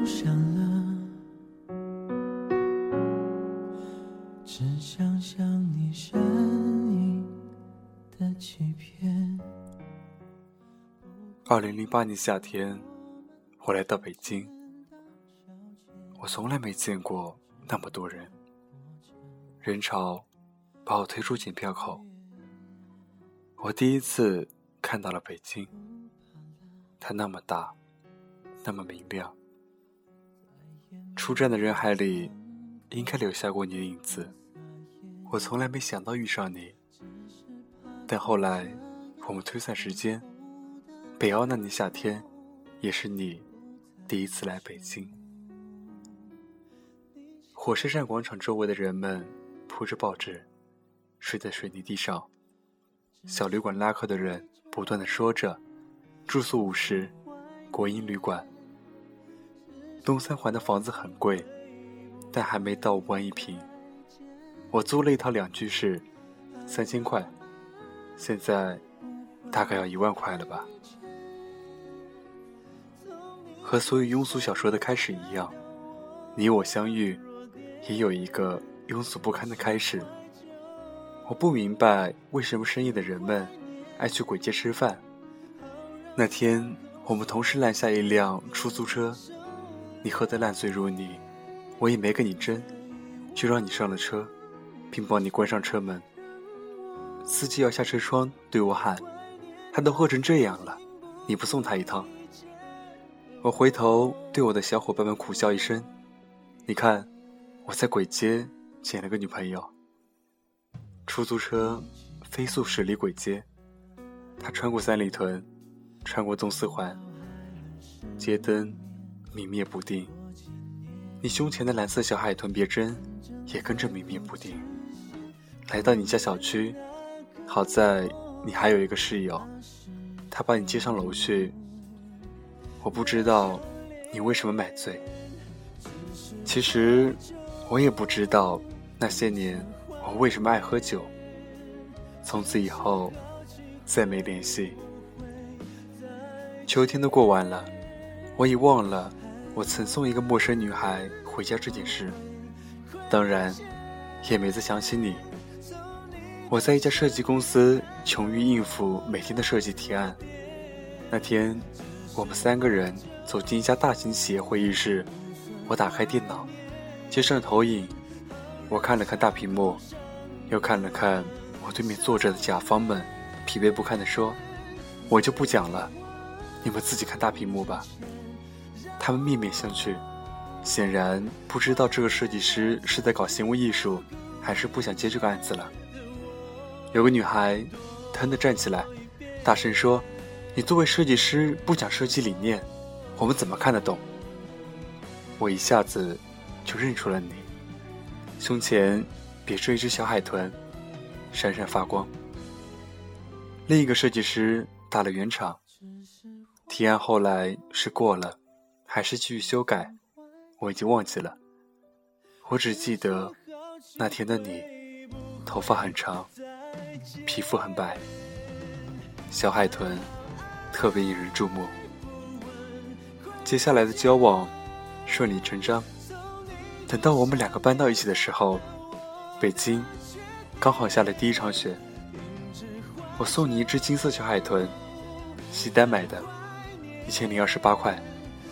想了，只想象你身影的欺骗。 2008年夏天，我来到北京，我从来没见过那么多人，人潮把我推出检票口。我第一次看到了北京，它那么大，那么明亮。出站的人海里应该留下过你的影子，我从来没想到遇上你。但后来我们推算时间，北奥那年夏天也是你第一次来北京。火车站广场周围的人们铺着报纸，睡在水泥地上。小旅馆拉客的人不断地说着住宿50，国营旅馆。东三环的房子很贵，但还没到5万一平。我租了一套2居室，3000块，现在大概要1万块了吧。和所有庸俗小说的开始一样，你我相遇也有一个庸俗不堪的开始。我不明白为什么深夜的人们爱去簋街吃饭。那天我们同时拦下一辆出租车，你喝得烂醉如泥，我也没跟你争，就让你上了车，并帮你关上车门。司机摇下车窗对我喊，他都喝成这样了，你不送他一趟？我回头对我的小伙伴们苦笑一声，你看，我在簋街捡了个女朋友。出租车飞速驶离簋街，他穿过三里屯，穿过东四环，街灯明灭不定，你胸前的蓝色小海豚别针也跟着明灭不定。来到你家小区，好在你还有一个室友，他把你接上楼去。我不知道你为什么买醉，其实我也不知道那些年我为什么爱喝酒。从此以后再没联系。秋天都过完了，我已忘了我曾送一个陌生女孩回家这件事，当然也没再想起你。我在一家设计公司穷于应付每天的设计提案。那天我们3个人走进一家大型企业会议室，我打开电脑，接上投影，我看了看大屏幕，又看了看我对面坐着的甲方们，疲惫不堪地说，我就不讲了，你们自己看大屏幕吧。他们面面相觑，显然不知道这个设计师是在搞行为艺术，还是不想接这个案子了。有个女孩腾地站起来，大声说，你作为设计师不讲设计理念，我们怎么看得懂？我一下子就认出了你，胸前别着一只小海豚，闪闪发光。另一个设计师打了圆场，提案后来是过了，还是继续修改，我已经忘记了。我只记得那天的你，头发很长，皮肤很白，小海豚特别引人注目。接下来的交往顺理成章。等到我们2个搬到一起的时候，北京刚好下了第一场雪。我送你一只金色小海豚，西单买的，1028块。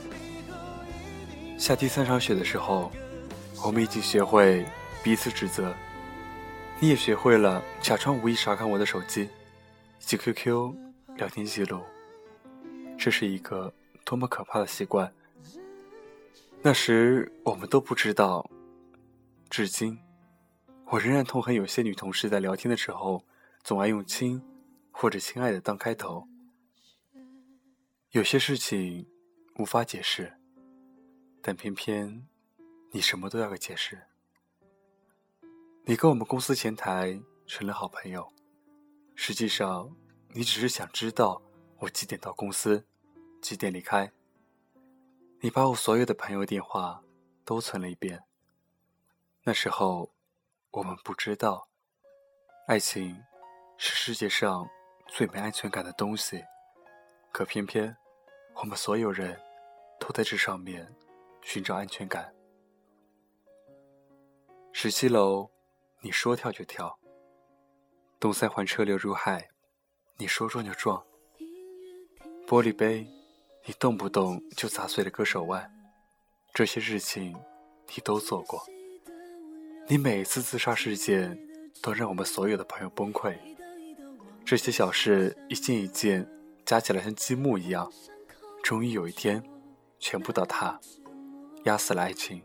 下第3场雪的时候，我们已经学会彼此指责，你也学会了假装无意查看我的手机以及 QQ 聊天记录。这是一个多么可怕的习惯。那时我们都不知道，至今我仍然痛恨有些女同事在聊天的时候总爱用亲或者亲爱的当开头。有些事情无法解释，但偏偏你什么都要个解释。你跟我们公司前台成了好朋友，实际上你只是想知道我几点到公司，几点离开。你把我所有的朋友电话都存了一遍。那时候我们不知道，爱情是世界上最没安全感的东西，可偏偏我们所有人都在这上面寻找安全感。17楼，你说跳就跳；东三环车流如海，你说撞就撞。玻璃杯，你动不动就砸碎了割手腕，这些事情你都做过。你每次自杀事件都让我们所有的朋友崩溃，这些小事一件一件加起来像积木一样，终于有一天全部倒塌，压死了爱情。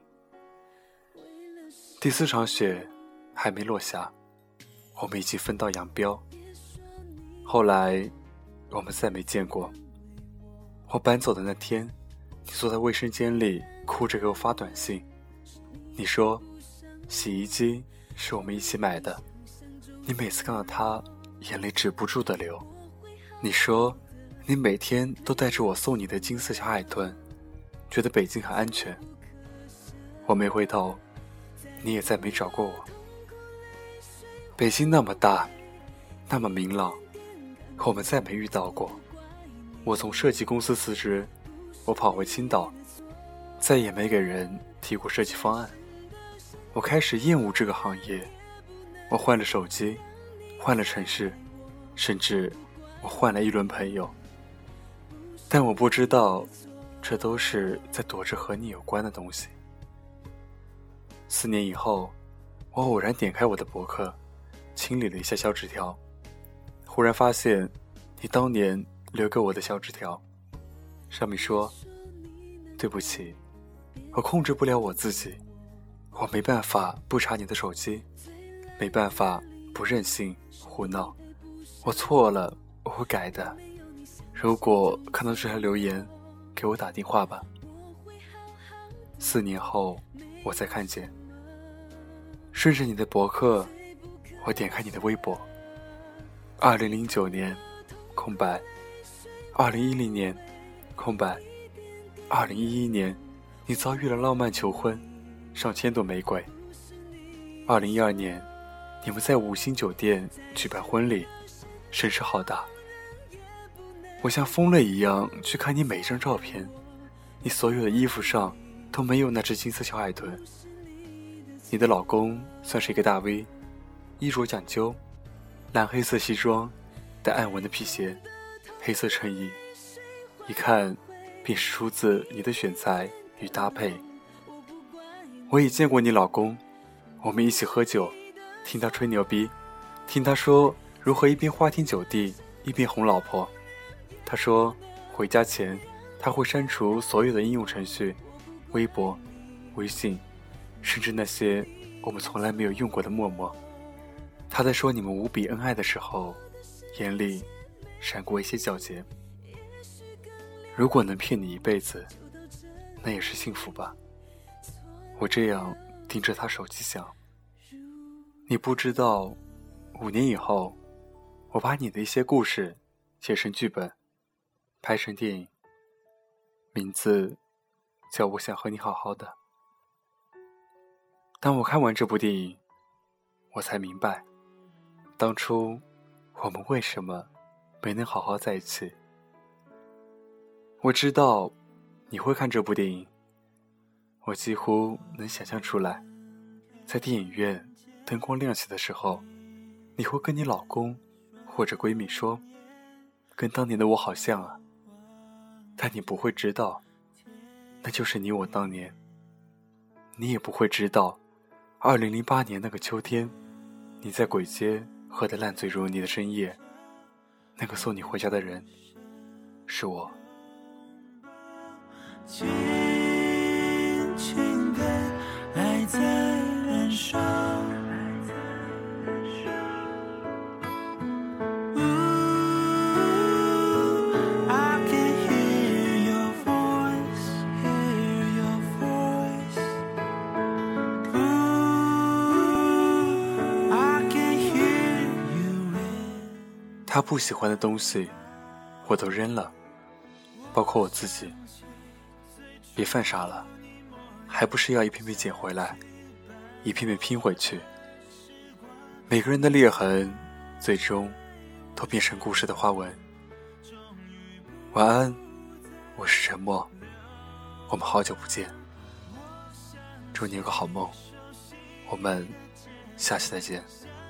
第4场雪还没落下，我们已经分道扬镳。后来我们再没见过。我搬走的那天，你坐在卫生间里哭着给我发短信，你说洗衣机是我们一起买的，你每次看到它眼泪止不住的流。你说你每天都带着我送你的金色小海豚，觉得北京很安全。我没回头，你也再没找过我。北京那么大，那么明朗，我们再没遇到过。我从设计公司辞职，我跑回青岛，再也没给人提过设计方案。我开始厌恶这个行业，我换了手机，换了城市，甚至我换了一轮朋友。但我不知道，这都是在躲着和你有关的东西。4年以后，我偶然点开我的博客，清理了一下小纸条，忽然发现你当年留给我的小纸条，上面说：对不起，我控制不了我自己，我没办法不查你的手机，没办法不任性胡闹，我错了，我会改的。如果看到这条留言，给我打电话吧。4年后，我才看见，顺着你的博客，我点开你的微博。2009年，空白。2010年，空白。2011年，你遭遇了浪漫求婚，上千朵玫瑰。2012年，你们在5星酒店举办婚礼，声势浩大。我像疯了一样去看你每一张照片，你所有的衣服上都没有那只金色小海豚。你的老公算是一个大 V， 衣着讲究，蓝黑色西装，带暗纹的皮鞋，黑色衬衣，一看便是出自你的选材与搭配。我也见过你老公，我们一起喝酒，听他吹牛逼，听他说如何一边花天酒地一边哄老婆。他说回家前他会删除所有的应用程序，微博、微信，甚至那些我们从来没有用过的陌陌。他在说你们无比恩爱的时候，眼里闪过一些皎洁。如果能骗你一辈子，那也是幸福吧。我这样盯着他手机想，你不知道5年以后，我把你的一些故事写成剧本，拍成电影，名字叫我想和你好好的。当我看完这部电影，我才明白，当初我们为什么没能好好在一起。我知道你会看这部电影，我几乎能想象出来，在电影院灯光亮起的时候，你会跟你老公或者闺蜜说，跟当年的我好像啊。但你不会知道，那就是你我当年。你也不会知道2008年那个秋天，你在簋街喝得烂醉如泥的深夜，那个送你回家的人是我。 轻轻的爱在燃烧， 他不喜欢的东西我都扔了，包括我自己。别犯傻了，还不是要一片片捡回来，一片片拼回去。每个人的裂痕最终都变成故事的花纹。晚安，我是沉默，我们好久不见。 祝你有个好梦，我们下期再见。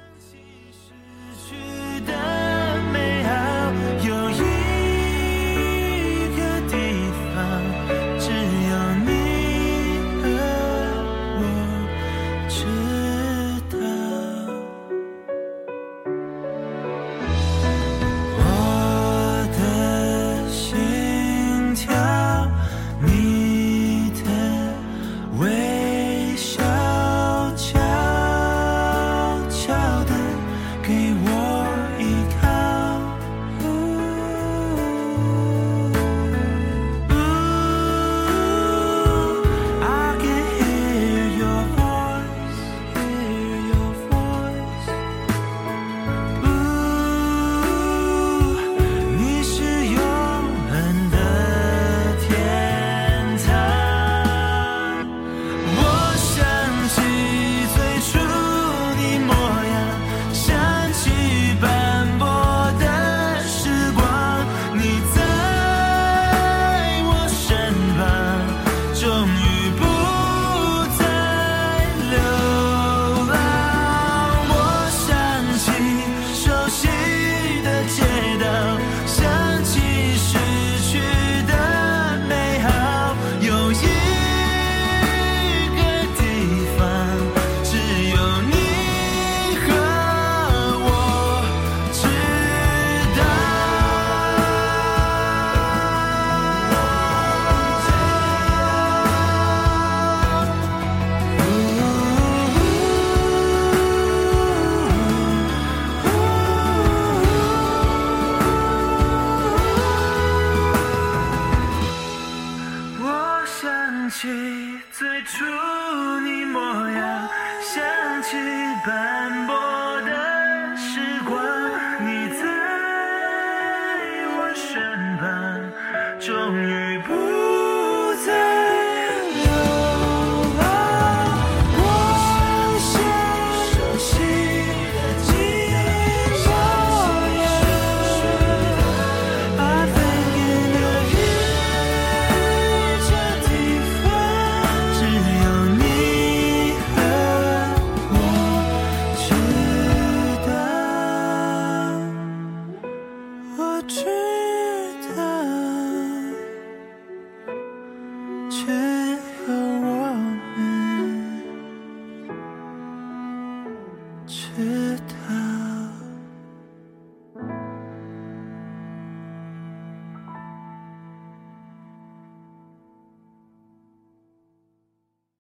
最初你模样，想起斑驳的时光，你在我身旁，终于不再流浪。我想熟悉你模样 I think in the future 这地方只有你和我知道，我知道。